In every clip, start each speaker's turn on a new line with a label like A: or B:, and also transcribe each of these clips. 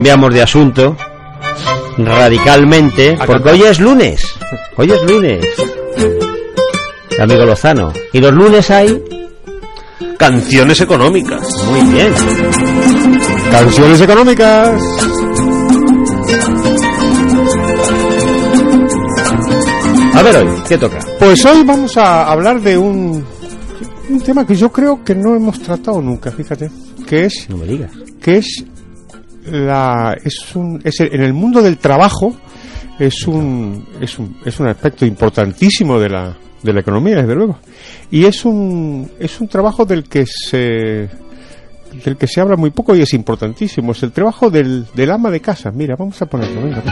A: Cambiamos de asunto radicalmente, porque hoy es lunes. Hoy es lunes, amigo Lozano. Y los lunes hay
B: canciones económicas.
A: Muy bien.
C: Canciones económicas.
A: A ver hoy, ¿qué toca?
C: Pues hoy vamos a hablar de un tema que yo creo que no hemos tratado nunca, fíjate, que es,
A: no me digas,
C: que es en el mundo del trabajo es un aspecto importantísimo de la economía, desde luego, y es un trabajo del que se habla muy poco y es importantísimo. Es el trabajo del ama de casa. Mira, vamos a ponerlo, venga.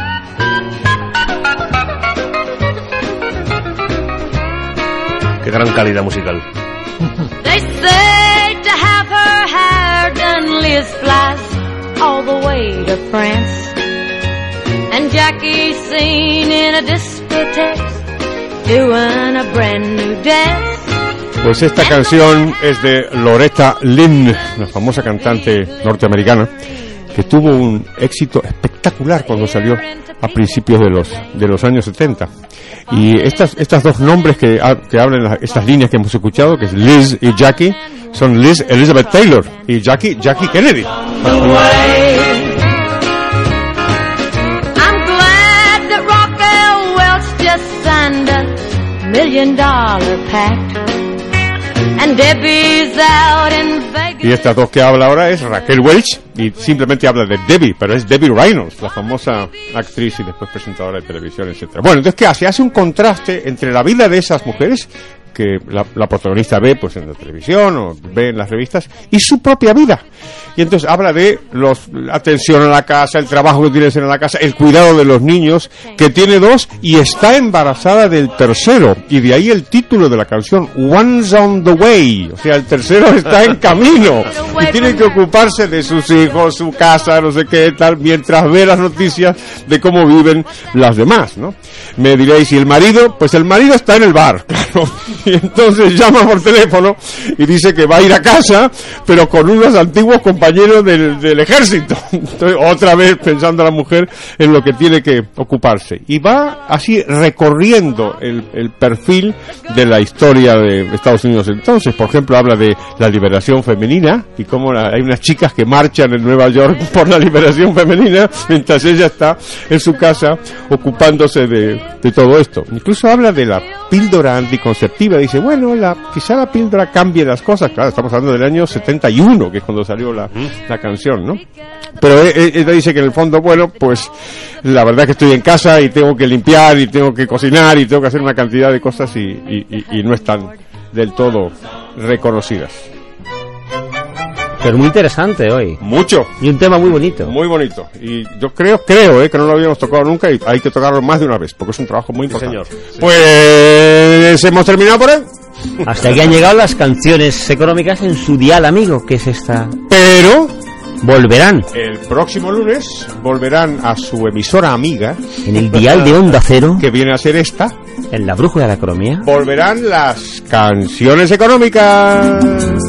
B: Qué gran calidad musical.
D: They say to have her hair done, Liz flies all the way to France, and Jackie's seen in a discotheque doing a brand new dance.
C: Pues esta canción es de Loretta Lynn, la famosa cantante norteamericana, que tuvo un éxito espectacular cuando salió a principios de los años 70. Y estas dos nombres que hablan estas líneas que hemos escuchado, que es Liz y Jackie, son Liz Elizabeth Taylor y Jackie Kennedy.
D: I'm glad that Raquel Welch just signed a $1 million pact, and Debbie's out in Vegas.
C: Y estas dos que habla ahora es Raquel Welch, y simplemente habla de Debbie, pero es Debbie Reynolds, la famosa actriz y después presentadora de televisión, etcétera. Bueno, entonces, ¿qué hace? Hace un contraste entre la vida de esas mujeres que la protagonista ve pues en la televisión o ve en las revistas y su propia vida. Y entonces habla de la atención a la casa, el trabajo que tiene que hacer en la casa, el cuidado de los niños, que tiene 2 y está embarazada del tercero, y de ahí el título de la canción, One's on the way, o sea, el tercero está en camino y tiene que ocuparse de sus hijos, su casa, no sé qué tal, mientras ve las noticias de cómo viven las demás, ¿no? Me diréis, ¿y el marido? Pues el marido está en el bar, claro. Y entonces llama por teléfono y dice que va a ir a casa, pero con unos antiguos compañeros del ejército. Entonces, otra vez pensando a la mujer en lo que tiene que ocuparse. Y va así recorriendo el perfil de la historia de Estados Unidos entonces. Por ejemplo, habla de la liberación femenina y cómo hay unas chicas que marchan en Nueva York por la liberación femenina, mientras ella está en su casa ocupándose de todo esto. Incluso habla de la píldora anticonceptiva. Dice, bueno, quizá la píldora cambie las cosas. Claro, estamos hablando del año 71, que es cuando salió la canción, ¿no? Pero ella dice que en el fondo, bueno, pues la verdad que estoy en casa y tengo que limpiar y tengo que cocinar y tengo que hacer una cantidad de cosas y no están del todo reconocidas.
A: Pero muy interesante hoy.
C: Mucho.
A: Y un tema muy bonito.
C: Muy bonito. Y yo creo que no lo habíamos tocado nunca y hay que tocarlo más de una vez, porque es un trabajo muy importante.
B: Sí, señor. Sí.
C: Pues hemos terminado por hoy.
A: Hasta aquí han llegado las canciones económicas en su dial, amigo, que es esta.
C: Pero
A: volverán.
C: El próximo lunes volverán a su emisora amiga.
A: En el dial de Onda Cero.
C: Que viene a ser esta.
A: En la brújula de la economía.
C: Volverán las canciones económicas.